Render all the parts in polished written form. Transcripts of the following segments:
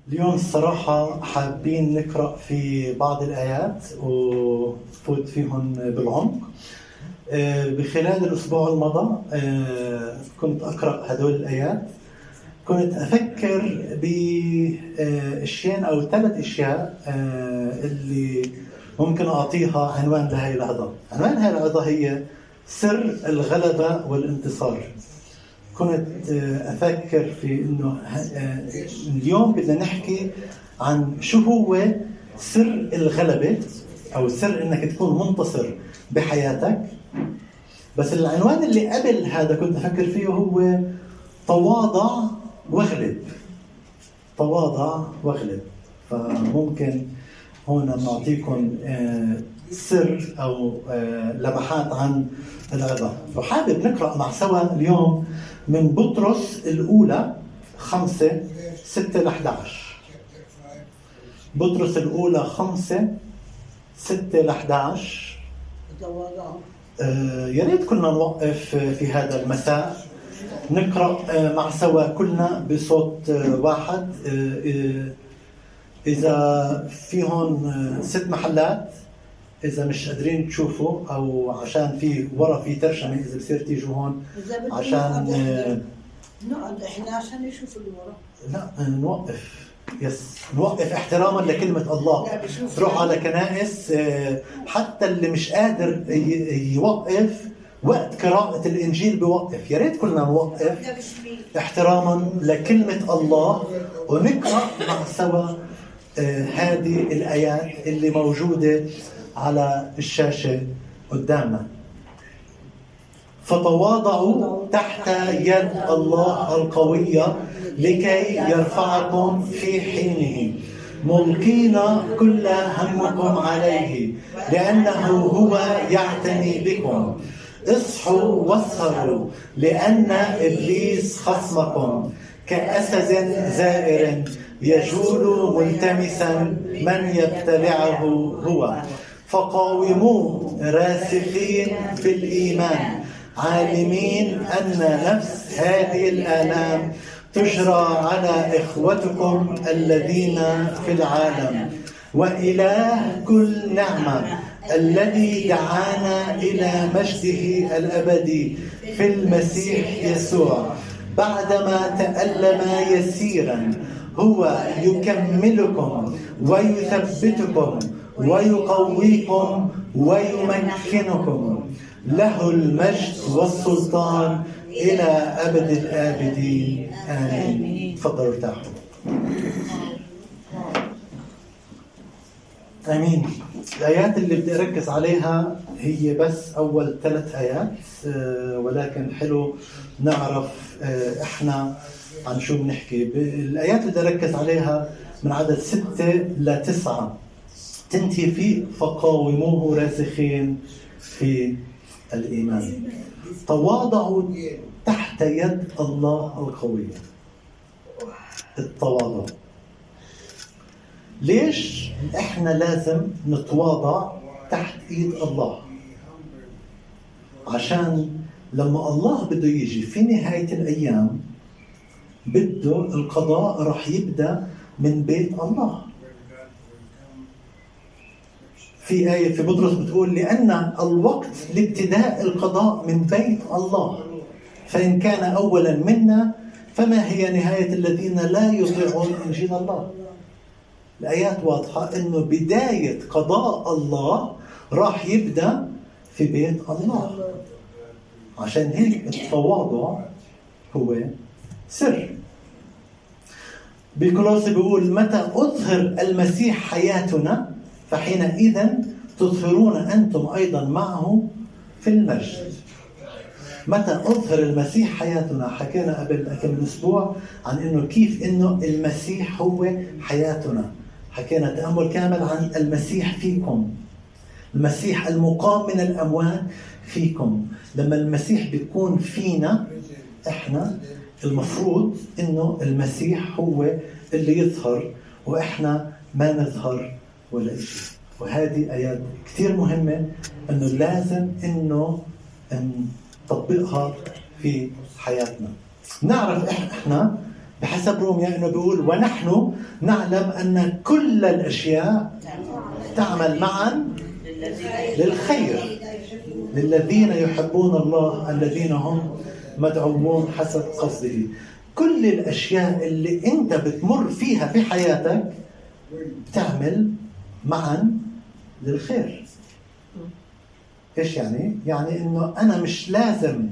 اليوم الصراحة حابين نقرأ في بعض الآيات وفوت فيهم بالعمق. بخلال الأسبوع الماضي كنت أقرأ هدول الآيات، كنت أفكر بأشياء أو 3 أشياء اللي ممكن أعطيها عنوان لهذه العظة. عنوان هذه العظة هي سر الغلبة والانتصار. كنت أفكر في إنه اليوم بدنا نحكي عن شو هو سر الغلبة أو سر إنك تكون منتصر بحياتك. بس العنوان اللي قبل هذا كنت أفكر فيه هو تواضع واغلب. تواضع واغلب. فممكن هون نعطيكم سر أو لمحات عن العظة. فحابب نقرأ مع سوا اليوم من بطرس الأولى 5:6-11. بطرس الأولى 5:6-11. يا ريت كنا نوقف في هذا المساء نقرأ مع سوا كلنا بصوت واحد. إذا فيهم 6 محلات، إذا مش قادرين تشوفوا أو عشان في ورا في ترجمة، إذا بصير تيجوا هون عشان نقعد إحنا عشان نشوف اللي ورا. لا نوقف، نوقف احتراما لكلمة الله. تروح على كنائس حتى اللي مش قادر يوقف وقت قراءة الإنجيل بوقف. يا ريت كلنا نوقف احتراما لكلمة الله ونقرأ مع سوا هذه الآيات اللي موجودة على الشاشة قدامنا. فتواضعوا تحت يد الله القوية لكي يرفعكم في حينه، ملقين كل همكم عليه لأنه هو يعتني بكم. اصحوا واسهروا لأن إبليس خصمكم كأسد زائر يجول ملتمسا من يبتلعه هو. فقاوموه راسخين في الإيمان، عالمين أن نفس هذه الآلام تجرى على إخوتكم الذين في العالم. وإله كل نعمة الذي دعانا إلى مجده الأبدي في المسيح يسوع بعدما تألم يسيرا هو يكملكم ويثبتكم ويقويكم ويمكنكم. له المجد والسلطان إلى أبد الآبدين آمين. تفضلوا ارتاحوا. آمين. الآيات اللي بدي أركز عليها هي بس أول 3 آيات، ولكن حلو نعرف إحنا عن شو بنحكي. الآيات اللي بدي أركز عليها من عدد 6-9 تنتهي في فقاوموه راسخين في الإيمان. تواضعوا تحت يد الله القوية. التواضع. ليش إحنا لازم نتواضع تحت إيد الله؟ عشان لما الله بده يجي في نهاية الأيام بده القضاء رح يبدأ من بيت الله. في آية في بطرس بتقول لأن الوقت لابتداء القضاء من بيت الله، فإن كان أولا منا فما هي نهاية الذين لا يطيعون إنجيل الله. الآيات واضحة إنه بداية قضاء الله راح يبدأ في بيت الله. عشان هيك التواضع هو سر. بالكولوسي بيقول متى أظهر المسيح حياتنا فحينئذ تظهرون أنتم أيضا معه في المجد. متى أظهر المسيح حياتنا. حكينا قبل كم أسبوع عن إنه كيف إنه المسيح هو حياتنا. حكينا تأمل كامل عن المسيح فيكم، المسيح المقام من الأموات فيكم. لما المسيح بيكون فينا إحنا المفروض إنه المسيح هو اللي يظهر وإحنا ما نظهر ولا شيء. وهذه آيات كثير مهمة إنه لازم إنه نطبقها في حياتنا. نعرف إحنا بحسب روميا انه بيقول ونحن نعلم ان كل الاشياء تعمل معا للخير للذين يحبون الله الذين هم مدعوون حسب قصده. كل الاشياء اللي انت بتمر فيها في حياتك تعمل معا للخير. ايش يعني؟ يعني انه انا مش لازم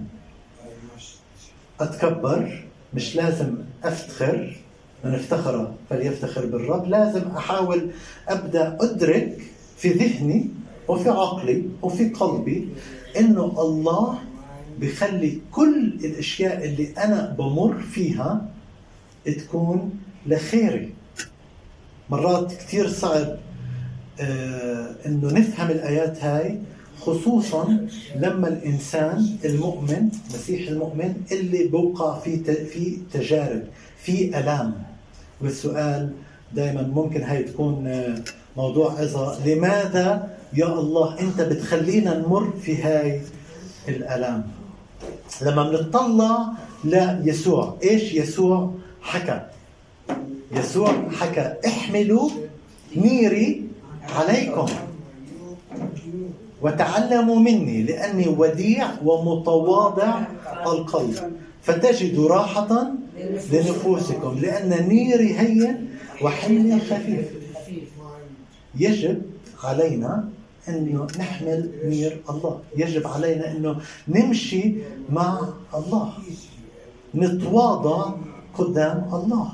اتكبر، مش لازم افتخر، من افتخر فليفتخر بالرب. لازم احاول ابدا ادرك في ذهني وفي عقلي وفي قلبي انه الله بيخلي كل الاشياء اللي انا بمر فيها تكون لخيري. مرات كتير صعب انه نفهم الايات هاي، خصوصا لما الانسان المؤمن مسيح المؤمن اللي بوقع في تجارب، في الام. والسؤال دائما ممكن هاي تكون موضوع عظة، لماذا يا الله انت بتخلينا نمر في هاي الالام؟ لما بنطلع ليسوع، ايش يسوع حكى؟ يسوع حكى احملوا نيري عليكم وتعلموا مني لأني وديع ومتواضع القلب فتجدوا راحة لنفوسكم لأن نيري هين وحملي خفيف. يجب علينا أنه نحمل نير الله، يجب علينا أنه نمشي مع الله، نتواضع قدام الله.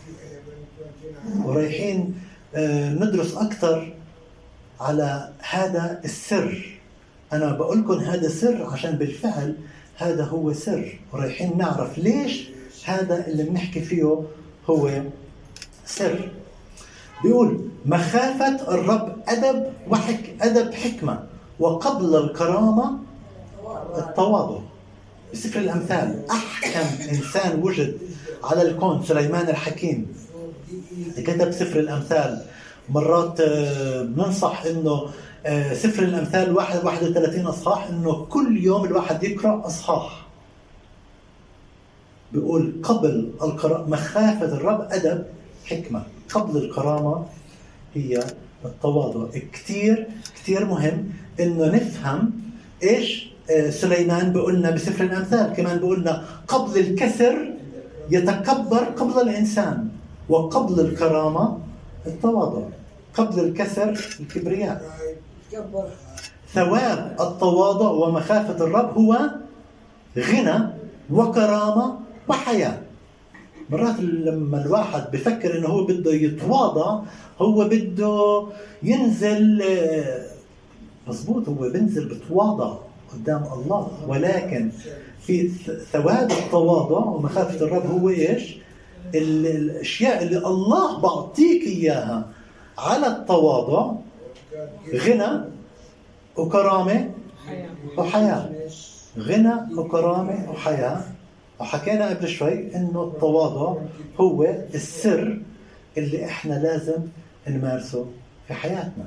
ورايحين ندرس أكثر على هذا السر. أنا بقول لكم هذا سر عشان بالفعل هذا هو سر، ورايحين نعرف ليش هذا اللي بنحكي فيه هو سر. بيقول مخافة الرب أدب حكمة وقبل الكرامة التواضع. بسفر الأمثال أحكم إنسان وجد على الكون سليمان الحكيم كتب سفر الأمثال. مرات بننصح إنه سفر الأمثال 31 أصحاح، إنه كل يوم الواحد يقرأ أصحاح. بيقول قبل مخافة الرب أدب حكمة، قبل الكرامة هي التواضع. كتير كتير مهم إنه نفهم إيش سليمان بيقولنا بسفر الأمثال. كمان بيقولنا قبل الكسر يتكبر قبل الإنسان، وقبل الكرامة التواضع. قبل الكسر الكبرياء. ثواب التواضع ومخافة الرب هو غنى وكرامة وحياة. مرات لما الواحد بفكر انه هو بده يتواضع، هو بده ينزل، مظبوط، هو بينزل بتواضع قدام الله، ولكن في ثواب التواضع ومخافة الرب هو ايش؟ الاشياء اللي الله بعطيك اياها على التواضع، غنى وكرامة وحياة. غنى وكرامة وحياة. وحكينا قبل شوي انه التواضع هو السر اللي احنا لازم نمارسه في حياتنا.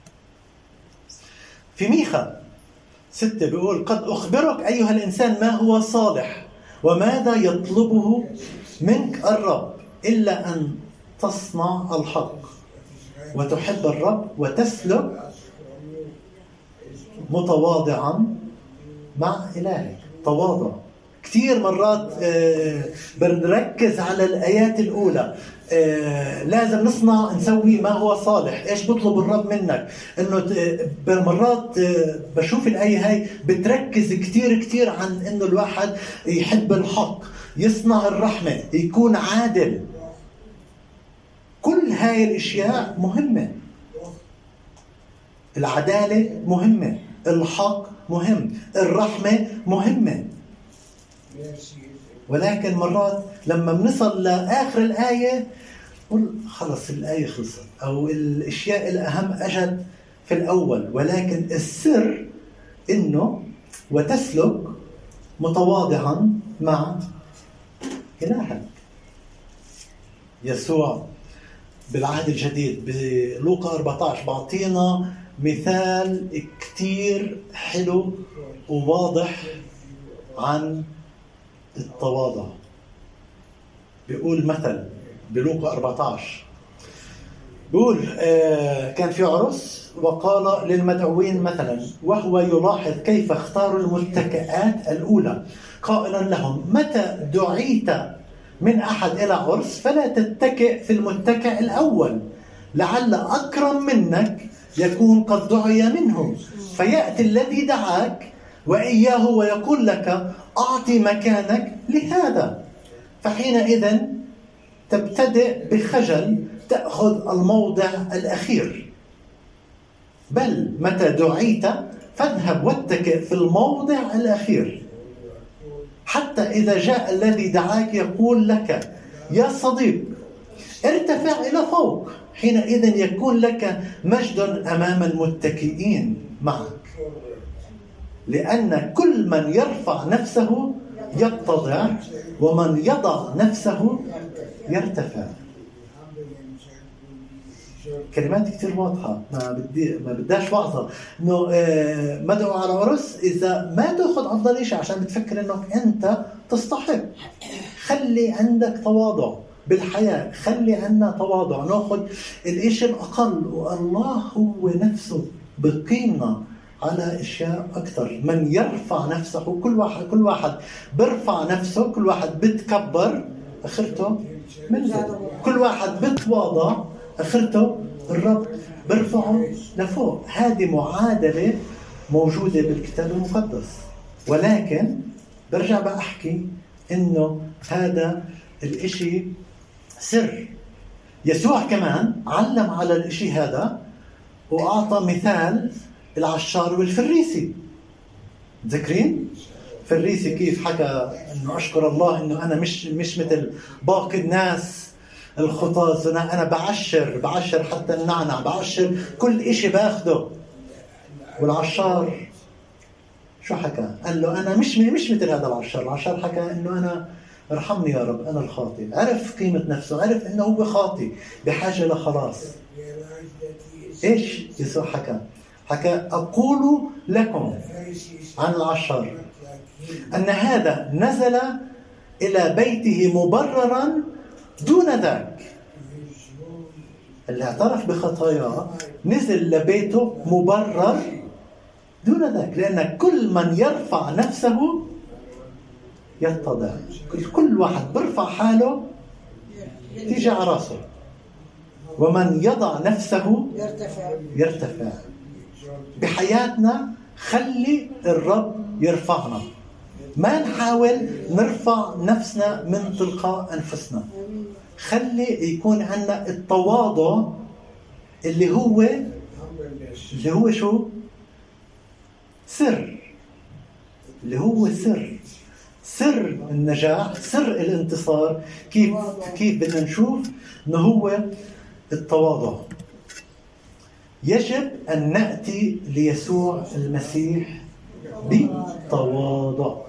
في ميخا 6 بيقول قد أخبرك أيها الإنسان ما هو صالح وماذا يطلبه منك الرب إلا أن تصنع الحق وتحب الرب وتسلك متواضعا مع إلهك. تواضع. كثير مرات بنركز على الآيات الأولى، لازم نسوي ما هو صالح. إيش بطلب الرب منك؟ إنه مرات بشوف الآية هاي بتركز كثير عن إنه الواحد يحب الحق، يصنع الرحمة، يكون عادل. كل هاي الأشياء مهمة. العدالة مهمة، الحق مهم، الرحمة مهمة. ولكن مرات لما بنصل لآخر الآية خلص الآية خلصت، أو الأشياء الأهم أجت في الأول. ولكن السر إنه وتسلك متواضعا مع إلهك. يسوع بالعهد الجديد بلوقا 14 بعطينا مثال كتير حلو وواضح عن التواضع. بيقول مثل بلوقا 14 بيقول كان في عرس وقال للمدعوين مثلا وهو يلاحظ كيف اختاروا المتكئات الأولى قائلا لهم متى دعيت من أحد إلى عرس فلا تتكئ في المتكئ الأول لعل أكرم منك يكون قد دعي منه فيأتي الذي دعاك وإياه ويقول لك أعطي مكانك لهذا فحينئذ تبتدئ بخجل تأخذ الموضع الأخير بل متى دعيت فاذهب واتكئ في الموضع الأخير حتى إذا جاء الذي دعاك يقول لك يا صديق ارتفع إلى فوق حينئذ يكون لك مجد أمام المتكئين معك لأن كل من يرفع نفسه يتضع ومن يضع نفسه يرتفع. كلمات كتير واضحة ما بداش وعظة إنه مدعو على عرس إذا ما تأخذ أفضل شيء عشان بتفكر إنك أنت تستحق. خلي عندك تواضع بالحياة خلي عنا تواضع نأخذ الإشي الأقل والله هو نفسه بقيمنا على أشياء أكثر. من يرفع نفسه كل واحد برفع نفسه كل واحد بتكبر آخرته منزل كل واحد بتواضع آخرته الرب برفعه لفوق. هذه معادلة موجودة بالكتاب المقدس ولكن برجع بأحكي إنه هذا الإشي سر. يسوع كمان علم على الإشي هذا وأعطى مثال العشار والفريسي. تذكرين فريسي كيف حكى إنه أشكر الله إنه أنا مش مثل باقي الناس الخطاة أنا بعشر حتى النعنع بعشر كل إشي باخده. والعشار شو حكى؟ قال له أنا مش مثل هذا العشار. العشار حكى إنه أنا ارحمني يا رب أنا الخاطئ. عرف قيمة نفسه عرف إنه هو خاطئ بحاجة لخلاص. إيش يسوع حكى أقول لكم عن العشار أن هذا نزل إلى بيته مبررا دون ذاك. اللي اعترف بخطاياه نزل لبيته مبرر دون ذاك لأن كل من يرفع نفسه يتضع. كل واحد برفع حاله تيجي على راسه ومن يضع نفسه يرتفع. بحياتنا خلي الرب يرفعنا ما نحاول نرفع نفسنا من تلقاء أنفسنا. خلي يكون عندنا التواضع اللي هو شو سر اللي هو سر النجاح سر الانتصار. كيف بدنا نشوف انه هو التواضع. يجب أن نأتي ليسوع المسيح بتواضع.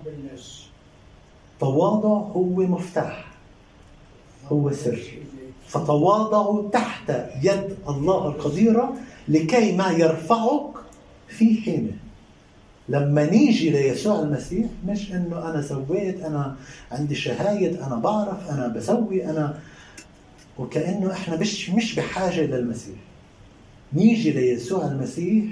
تواضع هو مفتاح هو سر. فتواضعوا تحت يد الله القديرة لكي ما يرفعك في حينه. لما نيجي ليسوع المسيح مش انه انا سويت انا عندي شهايد انا بعرف انا بسوي انا وكأنه احنا مش بحاجة للمسيح. نيجي ليسوع المسيح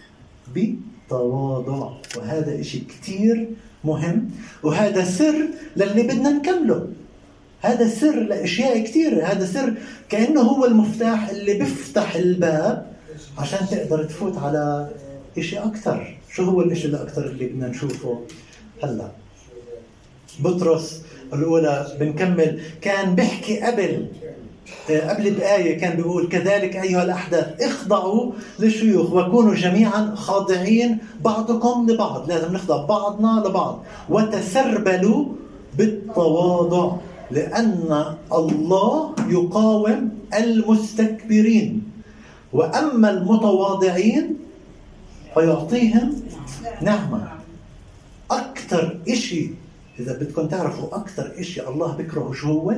بتواضع وهذا اشي كتير مهم وهذا سر للي بدنا نكمله. هذا سر لأشياء كتير. هذا سر كأنه هو المفتاح اللي بيفتح الباب عشان تقدر تفوت على إشي أكتر. شو هو الإشي الأكتر اللي بدنا نشوفه هلأ؟ بطرس الأولى بنكمل كان بيحكي قبل بآية كان بيقول كذلك أيها الأحداث اخضعوا للشيوخ وكونوا جميعا خاضعين بعضكم لبعض. لازم نخضع بعضنا لبعض وتسربلوا بالتواضع لأن الله يقاوم المستكبرين وأما المتواضعين فيعطيهم نعمة. أكتر إشي إذا بدكم تعرفوا أكتر إشي الله بكره شو هو؟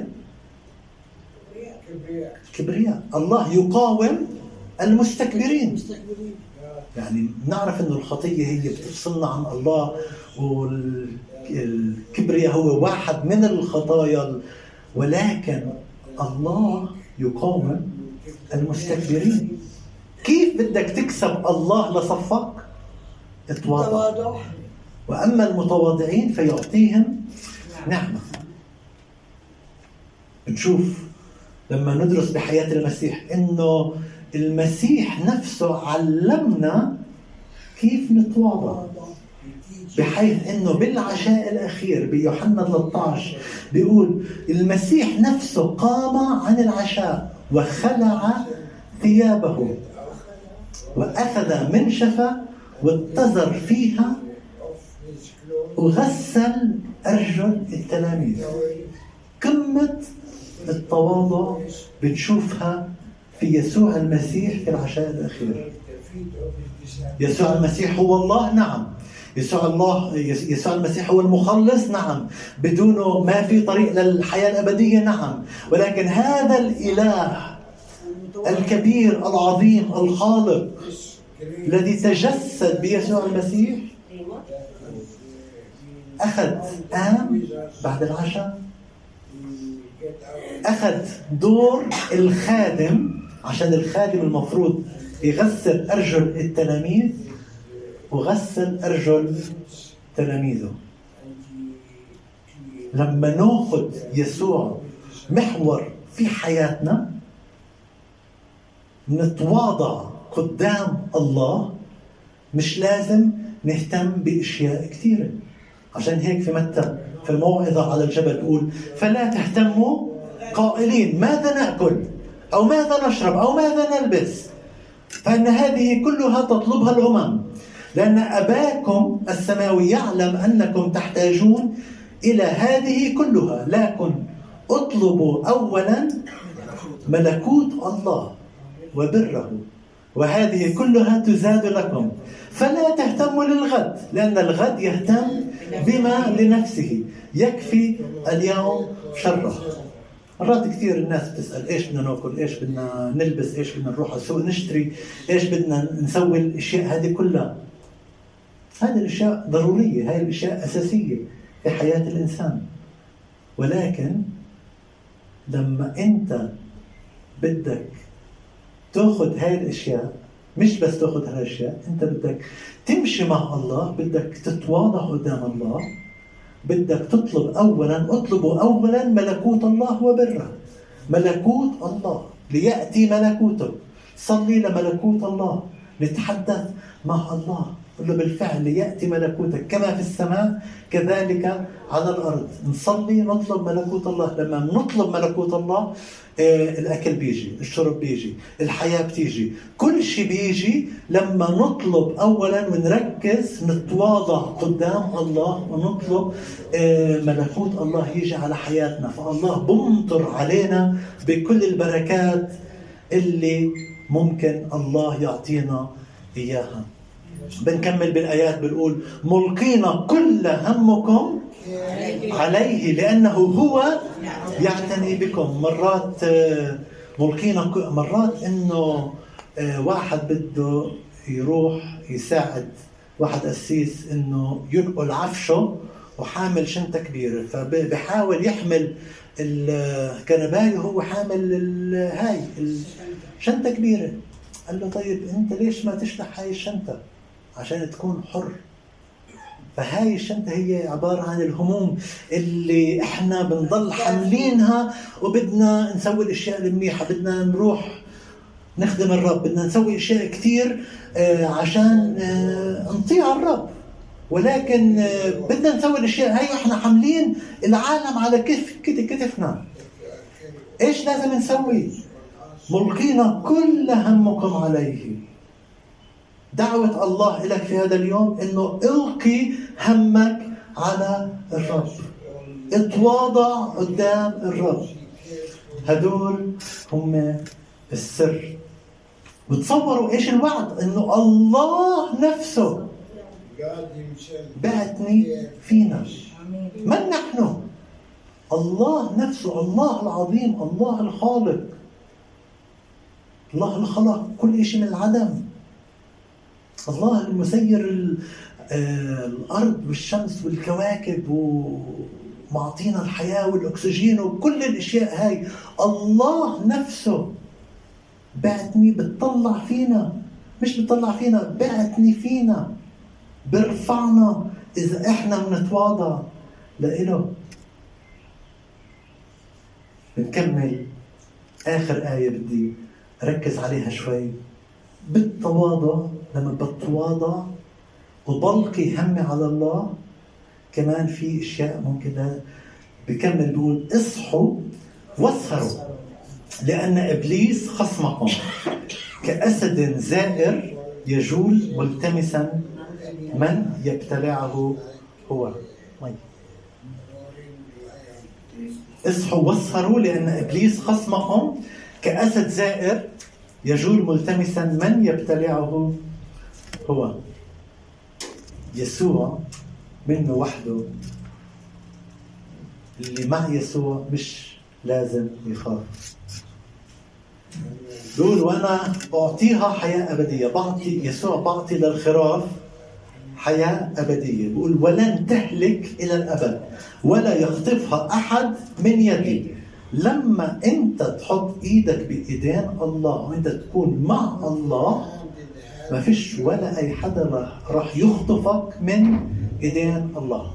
كبرياء. الله يقاوم المستكبرين. يعني نعرف أن الخطية هي بتفصلنا عن الله والكبرياء هو واحد من الخطايا ولكن الله يقاوم المستكبرين. كيف بدك تكسب الله لصفك؟ اتواضع. وأما المتواضعين فيعطيهم نعمة. نشوف لما ندرس بحياة المسيح إنه المسيح نفسه علمنا كيف نتواضع، بحيث إنه بالعشاء الأخير بيوحنا 13 بيقول المسيح نفسه قام عن العشاء وخلع ثيابه وأخذ منشفة واتزر فيها وغسل أرجل التلاميذ. قمة التواضع بنشوفها في يسوع المسيح في العشاء الأخير. يسوع المسيح هو الله، نعم. يسوع المسيح هو المخلص، نعم. بدونه ما في طريق للحياة الأبدية، نعم. ولكن هذا الإله الكبير العظيم الخالق الذي تجسد بيسوع المسيح قام بعد العشاء، أخذ دور الخادم، عشان الخادم المفروض يغسل أرجل التلاميذ وغسل أرجل تلاميذه. لما ناخذ يسوع محور في حياتنا، نتواضع قدام الله، مش لازم نهتم بأشياء كثيرة. عشان هيك في متى في الموعظة على الجبل يقول فلا تهتموا قائلين ماذا نأكل أو ماذا نشرب أو ماذا نلبس، فإن هذه كلها تطلبها الأمم، لأن أباكم السماوي يعلم أنكم تحتاجون إلى هذه كلها. لكن اطلبوا أولا ملكوت الله وبره وهذه كلها تزاد لكم. فلا تهتموا للغد، لأن الغد يهتم بما لنفسه، يكفي اليوم شره. مرات كثير الناس بتسأل إيش بدنا نأكل، إيش بدنا نلبس، إيش بدنا نروح على السوق نشتري، إيش بدنا نسوي. الأشياء هذه كلها، هذه الأشياء ضرورية، هذه الأشياء أساسية في حياة الإنسان. ولكن لما أنت بدك تأخذ هاي الأشياء، مش بس تأخذ هاي الأشياء، أنت بدك تمشي مع الله، بدك تتواضع قدام الله، بدك اطلبوا أولا ملكوت الله وبره. ملكوت الله، ليأتي ملكوته. صلي لملكوت الله، نتحدث مع الله، قل له بالفعل ليأتي ملكوتك كما في السماء كذلك على الأرض. نصلي نطلب ملكوت الله. لما نطلب ملكوت الله الأكل بيجي، الشرب بيجي، الحياة بتيجي، كل شيء بيجي لما نطلب أولا ونركز، نتواضع قدام الله ونطلب ملكوت الله يجي على حياتنا. فالله بمطر علينا بكل البركات اللي ممكن الله يعطينا إياها. بنكمل بالآيات، بنقول ملقينا كل همكم عليه لأنه هو يعتني بكم. مرات ملقينا، مرات إنه واحد بده يروح يساعد واحد قسيس إنه ينقل عفشه وحامل شنطة كبيرة، فبحاول يحمل الكنباية وهو حامل هاي الشنطة كبيرة. قال له طيب أنت ليش ما تشلح هاي الشنطة عشان تكون حر؟ فهاي الشنطة هي عبارة عن الهموم اللي احنا بنضل حاملينها، وبدنا نسوي الاشياء المنيحة، بدنا نروح نخدم الرب، بدنا نسوي اشياء كتير عشان نطيع الرب. ولكن بدنا نسوي الاشياء هاي واحنا حاملين العالم على كتفنا. ايش لازم نسوي؟ ملقينا كل همكم عليه. دعوة الله لك في هذا اليوم إنه القي همك على الرب، اتواضع قدام الرب. هدول هم السر. وتصوروا إيش الوعد، إنه الله نفسه بعتني فينا. من نحن؟ الله نفسه، الله العظيم، الله الخالق، الله اللي خلق كل شيء من العدم، الله المسير الأرض والشمس والكواكب معطينا الحياة والأكسجين وكل الأشياء هاي. الله نفسه بعتني بتطلع فينا، مش بتطلع فينا، بعتني فينا، برفعنا إذا إحنا منتواضع لإله. بنكمل آخر آية بدي أركز عليها شوي. بالتواضع، لما بتواضع وبلقي همي على الله، كمان في اشياء ممكن بكمل بيقول اصحوا واسهروا لان ابليس خصمكم كاسد زائر يجول ملتمسا من يبتلعه هو. اصحوا واسهروا لان ابليس خصمكم كاسد زائر يجول ملتمسا من يبتلعه هو. يسوع منه وحده، اللي مع يسوع مش لازم يخاف. يقول وانا بعطيها حياة أبدية، يسوع بعطي للخراف حياة أبدية. بيقول ولن تهلك إلى الأبد ولا يخطفها أحد من يدي. لما أنت تحط إيدك بإيدين الله وأنت تكون مع الله، ما فيش ولا أي حدا راح يخطفك من إيدين الله.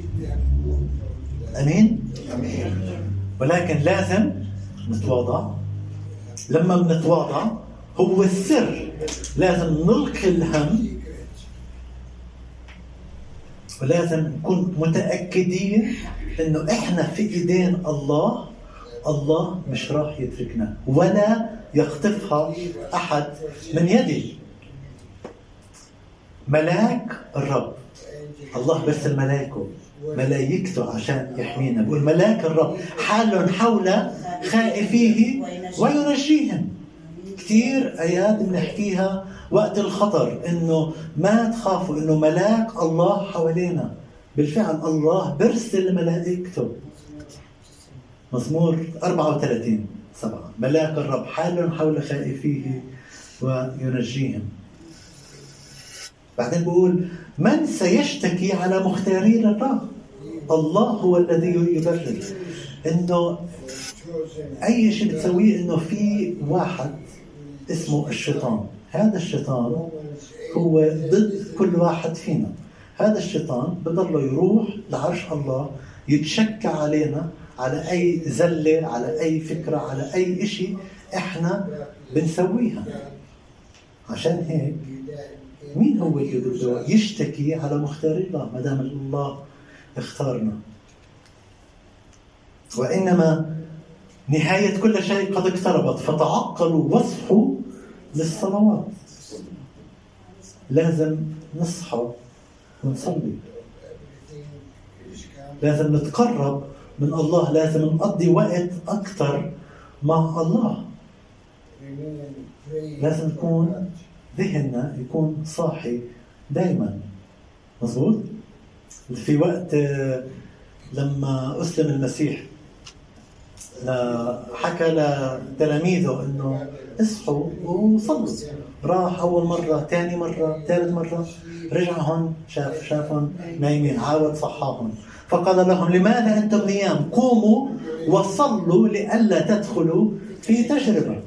أمين؟ ولكن لازم نتواضع. لما بنتواضع هو السر، لازم نلقي الهم، ولازم نكون متأكدين إنه إحنا في إيدين الله. الله مش راح يتركنا ولا يخطفها أحد من يدي. ملاك الرب، الله بس ملايكته عشان يحمينا. بقول ملاك الرب حال حول خائفيه وينجيهم. كتير آيات بنحكيها وقت الخطر إنه ما تخافوا، إنه ملاك الله حوالينا. بالفعل الله برسل ملائكته. مزمور 34:7 ملاك الرب حال حول خائفيه وينجيهم. بعدين بقول من سيشتكي على مختاري الله؟ الله هو الذي يبرر. إنه أي شيء بتسويه إنه في واحد اسمه الشيطان. هذا الشيطان هو ضد كل واحد فينا. هذا الشيطان بضله يروح لعرش الله يتشكى علينا، على أي زلة، على أي فكرة، على أي شيء إحنا بنسويها. عشان هيك مين هو اللي بده يشتكي على مختار الله ما دام الله اختارنا؟ وإنما نهاية كل شيء قد اقتربت فتعقلوا واصحوا للصلوات. لازم نصحى ونصلي، لازم نتقرب من الله، لازم نقضي وقت أكثر مع الله. لازم نكون ذهننا يكون صاحي دايما. مظبوط؟ في وقت لما أسلم المسيح حكى لتلاميذه إنه اصحوا وصلوا. راح أول مرة، ثاني مرة، ثالث مرة، رجعهم شافهم نايمين، عاود صحاهم فقال لهم لماذا أنتم نيام؟ قوموا وصلوا لئلا تدخلوا في تجربة.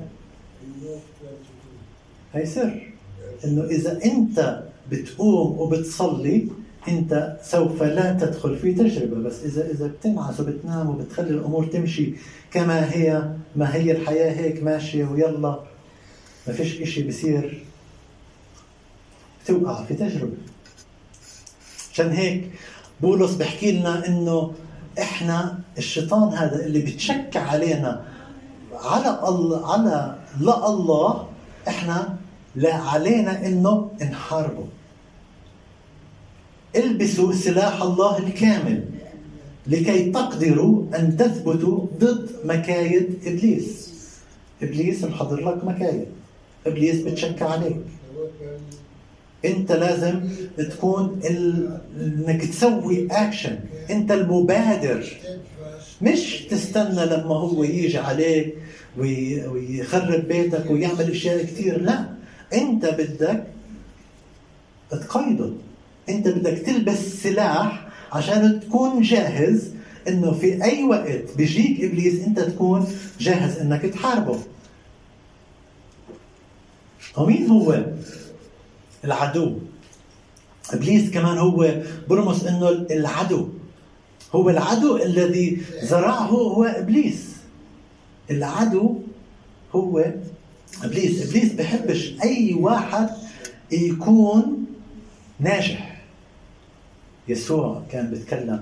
هاي سر إنه إذا أنت بتقوم وبتصلي أنت سوف لا تدخل في تجربة. بس إذا بتنعس وبتنام وبتخلي الأمور تمشي كما هي، ما هي الحياة هيك ماشية ويلا ما فيش إشي بصير، بتوقع في تجربة. عشان هيك بولس بحكي لنا إنه إحنا الشيطان هذا اللي بتشكى علينا على لا الله، إحنا لا علينا إنه نحاربه. البسوا سلاح الله الكامل لكي تقدروا أن تثبتوا ضد مكايد إبليس. إبليس محضر لك مكايد، إبليس بتشكى عليك. أنت لازم تكون إنك تسوي أكشن، أنت المبادر، مش تستنى لما هو يجي عليك ويخرب بيتك ويعمل أشياء كتير. لا، أنت بدك تقيده، أنت بدك تلبس سلاح عشان تكون جاهز انه في اي وقت بيجيك ابليس انت تكون جاهز انك تحاربه. ومين هو العدو؟ ابليس كمان هو برمز انه العدو، هو العدو الذي زرعه هو ابليس. العدو هو ابليس. ابليس بحبش اي واحد يكون ناجح. يسوع كان بيتكلم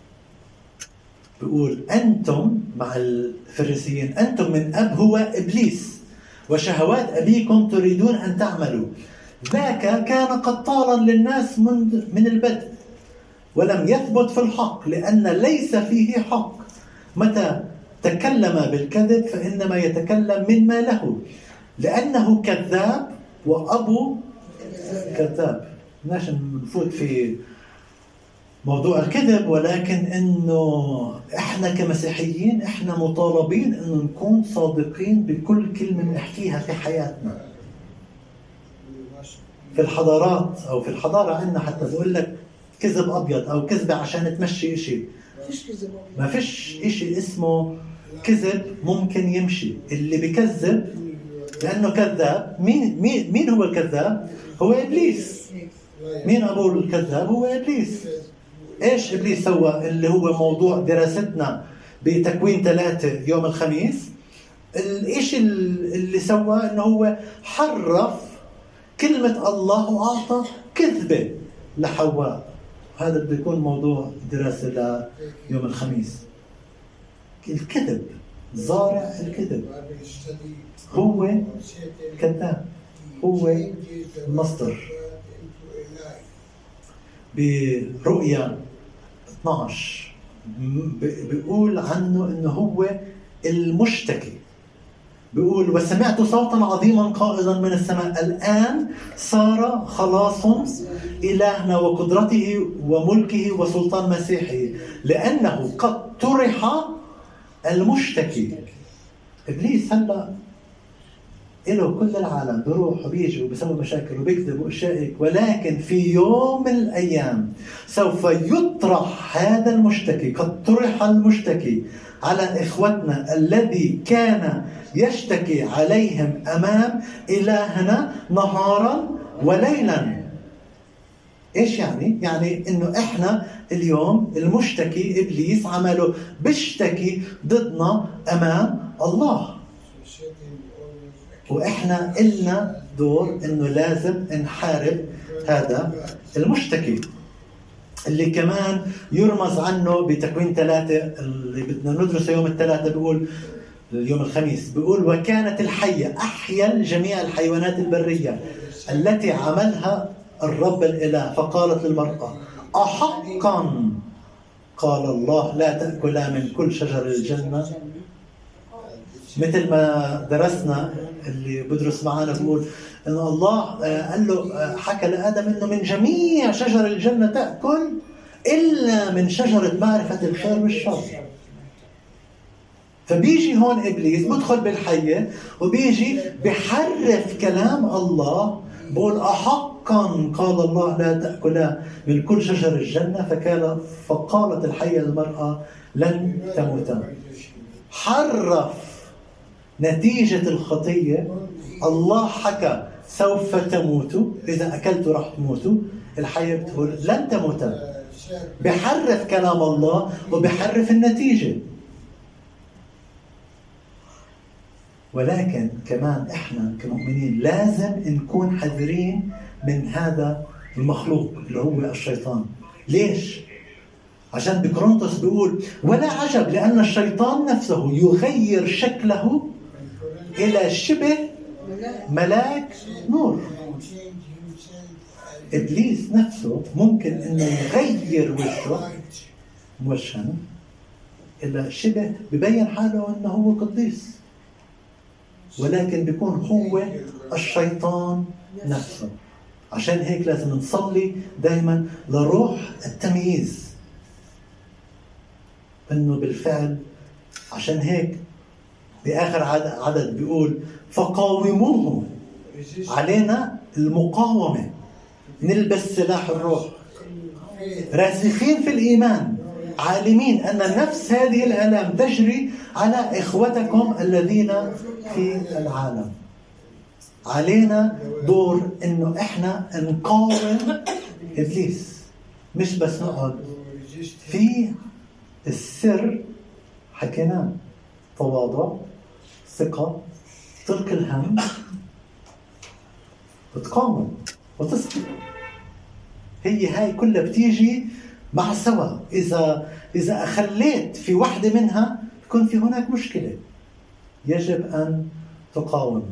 بيقول أنتم مع الفريسيين أنتم من أب هو إبليس وشهوات أبيكم تريدون أن تعملوا. ذاك كان قتالا للناس من البدء ولم يثبت في الحق لأن ليس فيه حق. متى تكلم بالكذب فإنما يتكلم مما له لأنه كذاب وأبو كذاب. ماش نفوت في موضوع الكذب، ولكن انه احنا كمسيحيين احنا مطالبين انه نكون صادقين بكل كلمة نحكيها في حياتنا. في الحضارات او في الحضارة عندنا حتى بقول لك كذب ابيض او كذبة عشان تمشي اشي. ما فيش اشي اسمه كذب ممكن يمشي. اللي بكذب لانه كذاب. مين هو الكذاب؟ هو ابليس. مين ابو الكذاب؟ هو ابليس. ايش ابليس سوى؟ اللي هو موضوع دراستنا بتكوين 3 يوم الخميس. ايش اللي سوى؟ انه هو حرف كلمة الله واعطى كذبة لحواء. هذا بده يكون موضوع دراسة ليوم الخميس. الكذب، زارع الكذب، هو كذاب، هو المصدر. برؤيا 12 بيقول عنه انه هو المشتكي. بيقول وسمعت صوتا عظيما قائلا من السماء الآن صار خلاص إلهنا وقدرته وملكه وسلطان مسيحه لأنه قد طرح المشتكي. إبليس هلأ إله كل العالم بيروح وبيجي وبيسوي مشاكل وبيكذب وإشائك، ولكن في يوم من الأيام سوف يطرح هذا المشتكي. قد طرح المشتكي على إخوتنا الذي كان يشتكي عليهم أمام إلهنا نهارا وليلا. إيش يعني؟ يعني إنه إحنا اليوم المشتكي إبليس عمله بيشتكي ضدنا أمام الله، وإحنا إلنا دور إنه لازم نحارب هذا المشتكي اللي كمان يرمز عنه بتكوين 3 اللي بدنا ندرسه يوم الثلاثة. بيقول اليوم الخميس بيقول وكانت الحية أحيا جميع الحيوانات البرية التي عملها الرب الإله فقالت للمرأة أحقا قال الله لا تأكلا من كل شجر الجنة. مثل ما درسنا اللي بدرس معانا بيقول إن الله قال له حكى لآدم إنه من جميع شجر الجنة تأكل إلا من شجرة معرفة الخير والشر. فبيجي هون إبليس بدخل بالحية وبيجي بحرف كلام الله. بقول أحقا قال الله لا تأكلا من كل شجر الجنة فقالت الحية للمرأة لن تموتا. حرف نتيجة الخطية. الله حكى سوف تموتوا، إذا أكلتوا راح تموتوا. الحية بتقول لن تموتا. بحرف كلام الله وبحرف النتيجة. ولكن كمان إحنا كمؤمنين لازم نكون حذرين من هذا المخلوق اللي هو الشيطان. ليش؟ عشان بكورنثوس بيقول ولا عجب لأن الشيطان نفسه يغير شكله إلى شبه ملاك نور. إبليس نفسه ممكن إنه يغير وجهه إلى شبه ببين حاله إنه هو قديس، ولكن بيكون هو الشيطان نفسه. عشان هيك لازم نصلي دايما لروح التمييز إنه بالفعل. عشان هيك بآخر عدد بيقول فقاوموه. علينا المقاومة، نلبس سلاح الروح، راسخين في الإيمان، عالمين أن نفس هذه الآلام تجري على إخوتكم الذين في العالم. علينا دور إنه إحنا نقاوم إبليس، مش بس نقعد في السر. حكينا تواضع، ثقة، ترك الهم، بتقاوم وتصبر. هاي كلها بتيجي مع سوا. إذا أخليت في واحدة منها يكون في هناك مشكلة، يجب أن تقاوم.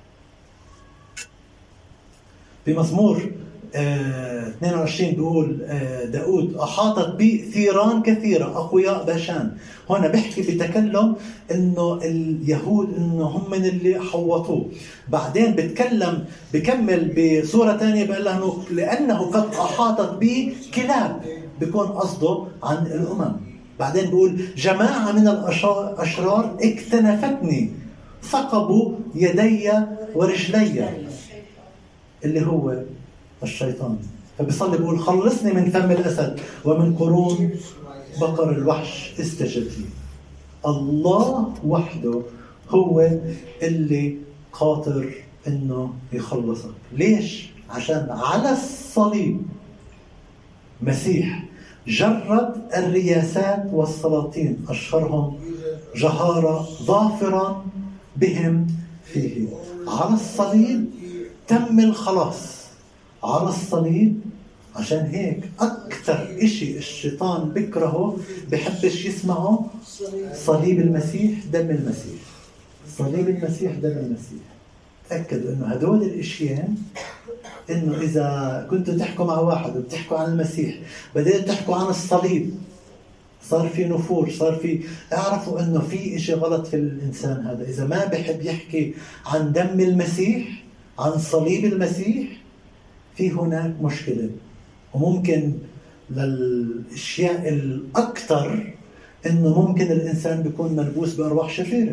بمزمور 22 بيقول داود: أحاطت بي ثيران كثيرة أقوياء باشان. هنا بيحكي بتكلم إنه اليهود إنه هم من اللي حوطوه. بعدين بكمل بصورة تانية بيقول له لأنه قد أحاطت بي كلاب، بيكون قصده عن الأمم. بعدين بيقول: جماعة من الأشرار اكتنفتني، ثقبوا يدي ورجلي، اللي هو الشيطان. فبيصلي بيقول: خلصني من فم الأسد ومن قرون بقر الوحش استجب لي. الله وحده هو اللي قادر إنه يخلصك. ليش؟ عشان على الصليب مسيح جرد الرياسات والسلاطين، أشهرهم جهارة، ظافرا بهم فيه. على الصليب تم الخلاص. على الصليب. عشان هيك أكثر إشي الشيطان بكرهه، بحبش يسمعه، صليب المسيح، دم المسيح. صليب المسيح، دم المسيح. تأكدوا إنه هدول الإشيين، إنه إذا كنتوا تحكوا مع واحد وبتحكوا عن المسيح بدأت تحكوا عن الصليب، صار في نفور، صار في، اعرفوا إنه في إشي غلط في الإنسان هذا. إذا ما بحب يحكي عن دم المسيح، عن صليب المسيح، في هناك مشكلة. وممكن للأشياء الأكثر إنه ممكن الإنسان بيكون ملبوس بأرواح شريرة.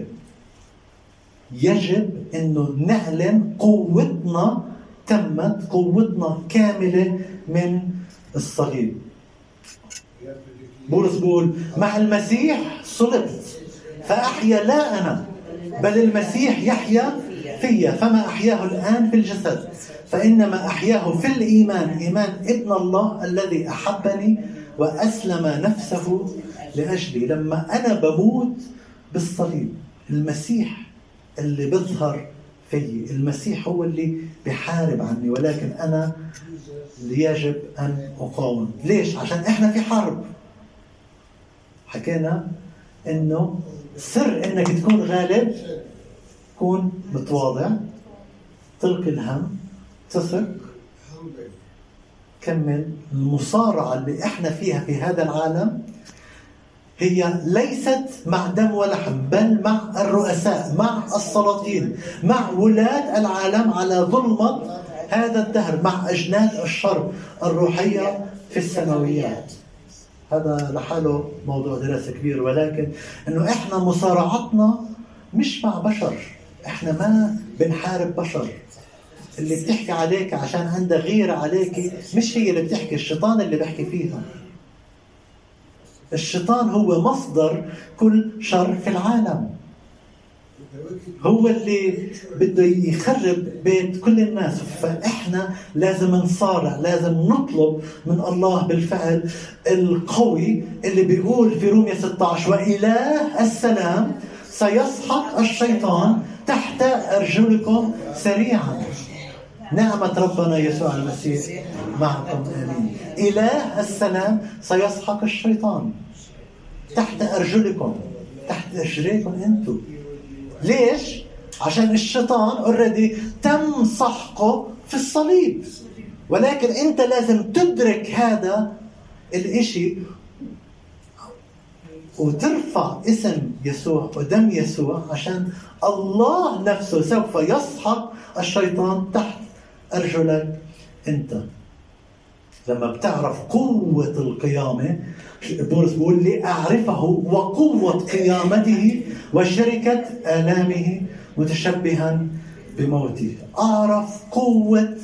يجب إنه نعلن قوتنا تمت، قوتنا كاملة من الصليب. بولس بيقول: مع المسيح صلبت فأحيا لا أنا بل المسيح يحيا فيا، فما أحياه الآن في الجسد فإنما أحياه في الإيمان، إيمان ابن الله الذي أحبني وأسلم نفسه لأجلي. لما أنا بموت بالصليب، المسيح اللي بظهر فيي، المسيح هو اللي بيحارب عني، ولكن أنا يجب أن أقاوم. ليش؟ عشان إحنا في حرب. حكينا إنه سر إنك تكون غالب، تكون متواضع، تلقي الهم، تثق، كمل. المصارعة اللي إحنا فيها في هذا العالم هي ليست مع دم ولحم، بل مع الرؤساء، مع السلاطين، مع ولاة العالم على ظلمة هذا الدهر، مع أجناد الشر الروحية في السماويات. هذا لحاله موضوع دراسة كبير، ولكن إنه إحنا مصارعتنا مش مع بشر. إحنا ما بنحارب بشر. اللي بتحكي عليك عشان عندها غيرة عليك مش هي اللي بتحكي، الشيطان اللي بحكي فيها. الشيطان هو مصدر كل شر في العالم، هو اللي بده يخرب بيت كل الناس. فإحنا لازم نصارع، لازم نطلب من الله بالفعل القوي اللي بيقول في رومية 16: وإله السلام سيسحق الشيطان تحت أرجلكم سريعا. نعمة ربنا يسوع المسيح معكم آمين. إله السلام سيسحق الشيطان تحت أرجلكم، تحت أجريكم أنتم. ليش؟ عشان الشيطان already تم سحقه في الصليب، ولكن أنت لازم تدرك هذا الإشي وترفع اسم يسوع ودم يسوع، عشان الله نفسه سوف يسحق الشيطان تحت أرجلك أنت. لما بتعرف قوة القيامة، بولس بيقول لي أعرفه وقوة قيامته وشركة آلامه متشبها بموته. أعرف قوة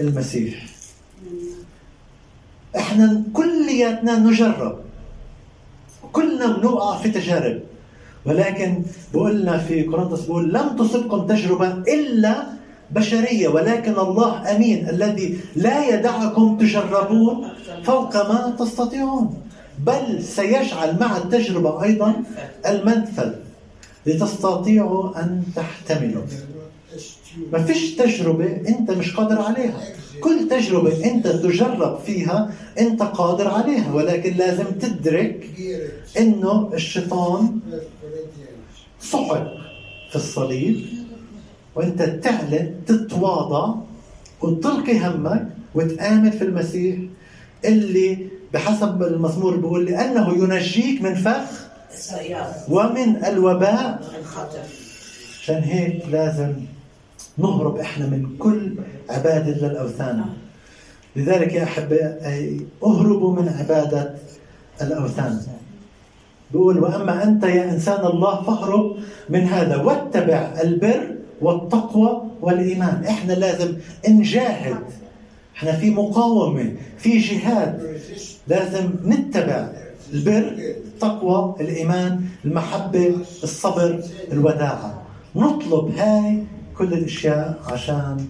المسيح. إحنا كلياتنا نجرب، كلنا بنوقع في تجارب، ولكن بقولنا في كورنثوس بقول لم تصبكم تجربة إلا بشرية، ولكن الله أمين الذي لا يدعكم تجربون فوق ما تستطيعون، بل سيجعل مع التجربة أيضا المنفذ لتستطيعوا أن تحتملوا. ما فيش تجربة أنت مش قادر عليها، كل تجربة أنت تجرب فيها أنت قادر عليها، ولكن لازم تدرك أنه الشيطان صعد في الصليب، وأنت تعلن تتواضع وتلقي همك وتآمن في المسيح اللي بحسب المزمور بيقول لأنه ينجيك من فخ ومن الوباء. عشان هيك لازم نهرب إحنا من كل عبادة للأوثان. لذلك يا أحبائي اهربوا من عبادة الأوثان. بيقول وأما أنت يا إنسان الله فاهرب من هذا واتبع البر والتقوى والإيمان. إحنا لازم نجاهد، إحنا في مقاومة، في جهاد، لازم نتبع البر، التقوى، الإيمان، المحبة، الصبر، الوداعة. نطلب هاي كل الأشياء عشان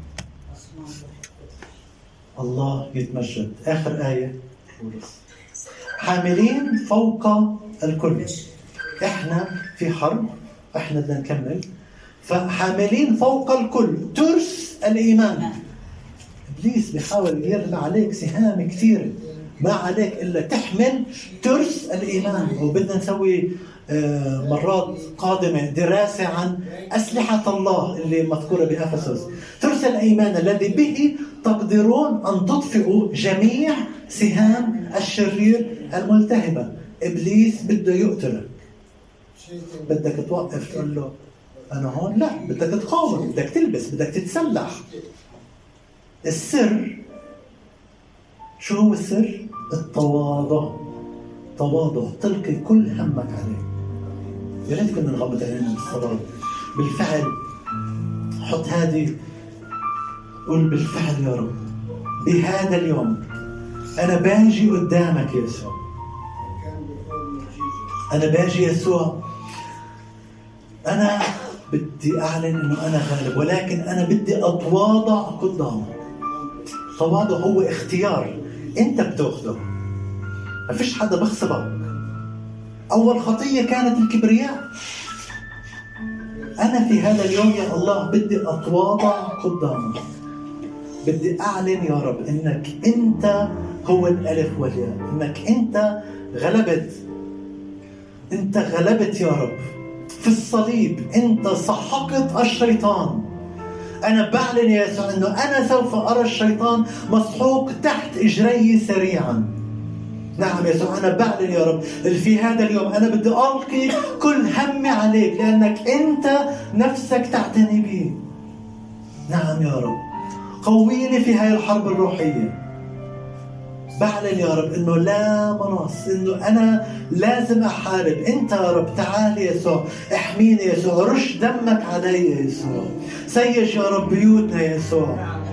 الله يتمجد. آخر آية حاملين فوق الكل. إحنا في حرب، إحنا بدنا نكمل، فحاملين فوق الكل ترس الإيمان. إبليس بيحاول يرمي عليك سهام كثيرة، ما عليك إلا تحمل ترس الإيمان. وبدنا نسوي مرات قادمة دراسة عن أسلحة الله اللي مذكورة بأفسس. ترس الإيمان الذي به تقدرون أن تطفئوا جميع سهام الشرير الملتهبة. إبليس بده يقتلك، بدك توقف تقول له أنا هون؟ لا، بدك تقاوم، بدك تلبس، بدك تتسلح. السر شو هو السر؟ التواضع. تواضع، تلقي كل همك عليه. يا ريت كنا نغمض عينينا بالصلاة. بالفعل حط هذه، قول بالفعل يا رب بهذا اليوم أنا باجي قدامك يا يسوع، أنا باجي يسوع، أنا بدي أعلن إنه أنا غالب، ولكن أنا بدي أتواضع قدامك. التواضع هو اختيار أنت بتاخده، ما فيش حدا بخسبك. أول خطية كانت الكبرياء. أنا في هذا اليوم يا الله بدي أتواضع قدامك، بدي أعلن يا رب إنك أنت هو الألف والياء، إنك أنت غلبت، أنت غلبت يا رب في الصليب، أنت سحقت الشيطان. أنا بعلن يا يسوع إنه أنا سوف أرى الشيطان مسحوق تحت إجري سريعا. نعم يا يسوع، أنا بعلن يا رب في هذا اليوم أنا بدي ألقي كل همي عليك، لأنك أنت نفسك تعتني بي. نعم يا رب، قويني في هاي الحرب الروحية. بعلن يا رب إنه لا مناص، إنه أنا لازم أحارب. أنت يا رب تعال يا يسوع، احميني يا يسوع، رش دمك علي يا يسوع. سيج يا رب بيوتنا يا يسوع،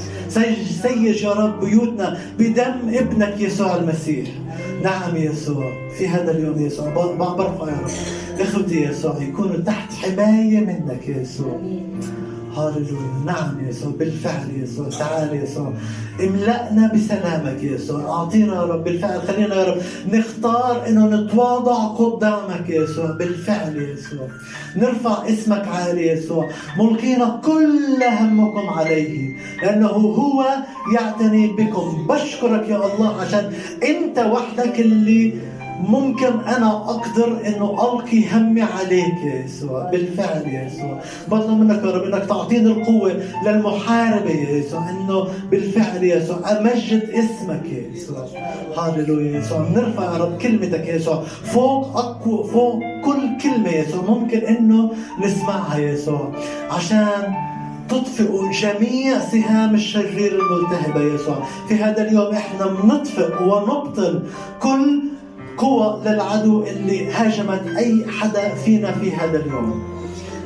سيج يا رب بيوتنا بدم ابنك يسوع المسيح. نعم يا يسوع، في هذا اليوم يا يسوع برفع يا رب إخوتي يا يسوع يكونوا تحت حماية منك يا يسوع. هاللويا. نعم يا يسوع، بالفعل يا يسوع، تعال يا يسوع املأنا بسلامك يا يسوع. أعطينا يا رب بالفعل، خلينا يا رب نختار إنه نتواضع قدامك يا يسوع. بالفعل يا يسوع نرفع اسمك عالي يا يسوع، ملقينا كل همكم عليه لأنه هو يعتني بكم. بشكرك يا الله عشان أنت وحدك اللي ممكن أنا أقدر إنه ألقي همي عليك يا يسوع. بالفعل يا يسوع بطلب منك يا رب إنك تعطيني القوة للمحاربة يا يسوع، إنه بالفعل يا يسوع أمجد اسمك يا يسوع. هاللويا يا يسوع. نرفع يا رب كلمتك يا يسوع فوق كل كلمة يا يسوع ممكن إنه نسمعها يا يسوع، عشان تطفئ جميع سهام الشرير الملتهبة يا يسوع. في هذا اليوم إحنا بنطفئ ونبطل كل قوة للعدو اللي هاجمت أي حدا فينا في هذا اليوم.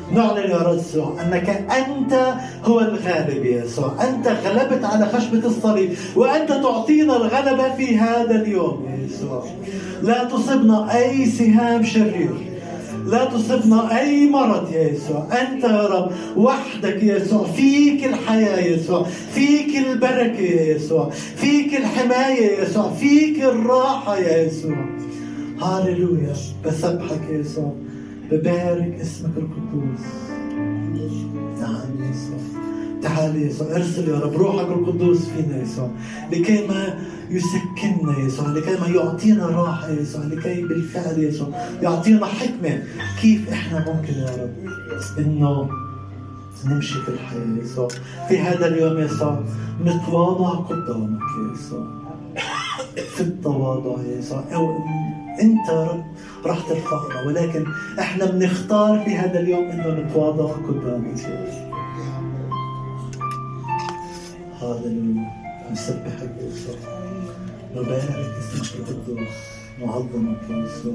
نعلن يا رب يسوع أنك أنت هو الغالب يا يسوع. أنت غلبت على خشبة الصليب، وأنت تعطينا الغلبة في هذا اليوم يا يسوع. لا تصبنا أي سهام شرير، لا تصبنا أي مرض يا يسوع. أنت يا رب وحدك يا يسوع، فيك الحياة يا يسوع، فيك البركة يا يسوع، فيك الحماية يا يسوع، فيك الراحة يا يسوع. هاليلويا. بسبحك يا يسوع، ببارك اسمك القدوس. نعم يا يسوع. تعال يا يسوع، ارسل يا رب روحك القدوس فينا يا يسوع، لكي ما يسكننا يا يسوع، لكي ما يعطينا راحة يا يسوع، لكي بالفعل يا يسوع يعطينا حكمة كيف احنا ممكن يا رب انه نمشي في الحياة يا يسوع. في هذا اليوم يا يسوع نتواضع قدامك يا يسوع، في التواضع يا يسوع. انت يا رب راح ترفعنا، ولكن احنا بنختار في هذا اليوم انه نتواضع قدامك يا يسوع. هاليلويا. نسبحك يا يسوع، نبارك اسمك القدوس، نعظمك يا يسوع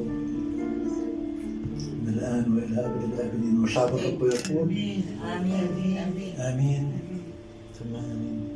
من الآن وإلى أبد الآبدين. وشعب الرب يقول آمين آمين آمين ثم آمين.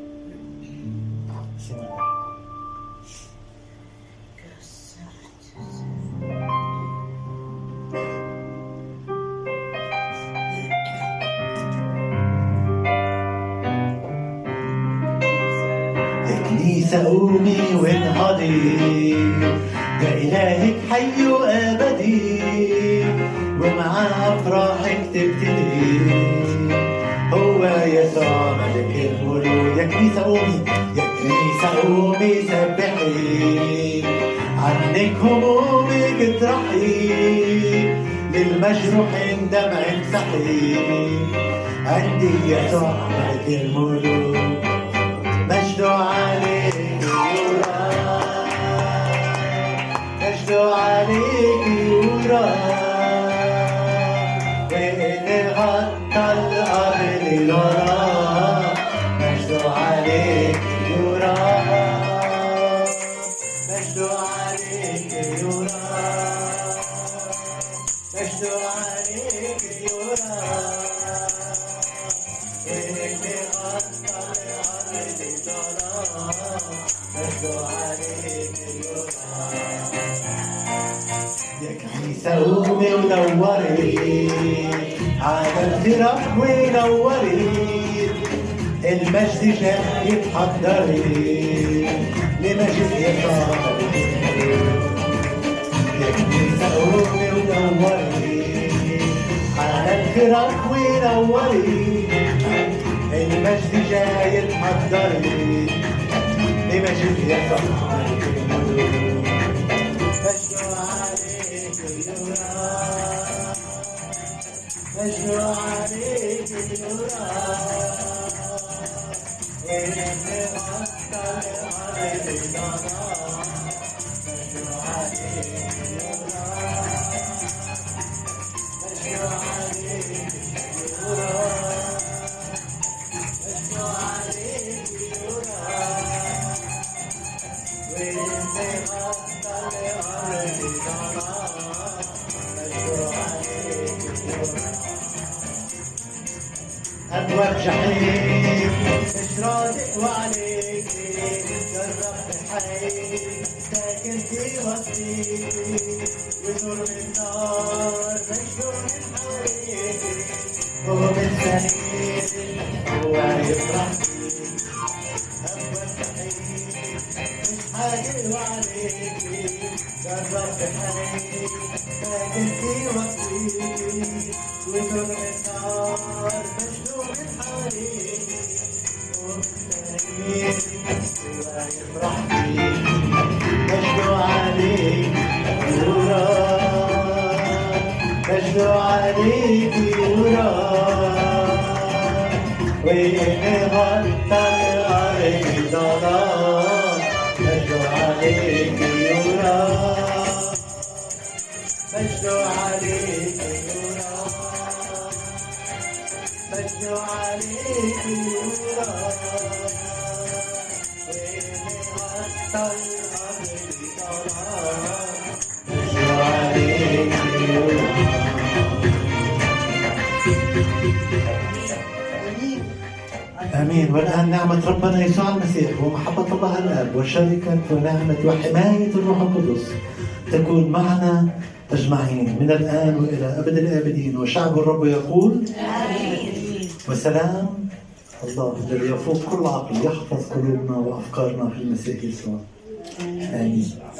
قومي وانهضي، ده إلهك حي وأبدي، ومع أفراحك تبتدي. هو يسوع ملك الملوك. يا كنيسة قومي، يا كنيسة قومي سبحي، عنك همومك اطرحي، للمجروحين دمع امسحي. عندي يسوع ملك الملوك، مجد عليك يرى، مجد عليك يرى، وإن غطى الأرض للورى. مجد عليك يرى، مجد عليك يرى، مجد عليك يرى، وإن غطى الأرض للورى. مجد عليك يرى. يا كنيسة قومي ونوري على الفرح ونوري، المجد جاي يتحضري لمجد يسوع. يا كنيسة قومي ونوري على الفرح ونوري، المجد جاي يتحضري لمجد يسوع. مجد عليك يرى، وإن غطى الأرض للورى. مجد عليك يرى، مجد عليك يرى، مجد عليك يرى، وإن غطى الأرض للورى. مجد عليك يرى. أبواب جحيم مش راضي وعليك، جربت حي ساكن في وسطي، ونور من النار مشدود من حواليك. هو من سعيد هو يفرح بيك. أبواب جحيم مش حاجة وعليك، جربت حي ساكن في وسطي، ونور من النار مشدود من حواليك. ويفرح بيك. مجد عليك يرى، مجد عليك يرى، وإن غطى الأرض ظلام. مجد عليك يرى، مجد عليك يرى، مجد عليك يرى، وإن غطى الأرض ظلام. مجد عليك يرى. آمين. والآن نعمة ربنا يسوع المسيح ومحبة الله الآب وشركة ونعمة وحماية الروح القدس تكون معنا أجمعين من الآن وإلى أبد الآبدين. وشعب الرب يقول آمين. وسلام الله الذي يفوق كل عقل يحفظ قلوبنا وأفكارنا في المسيح يسوع. آمين.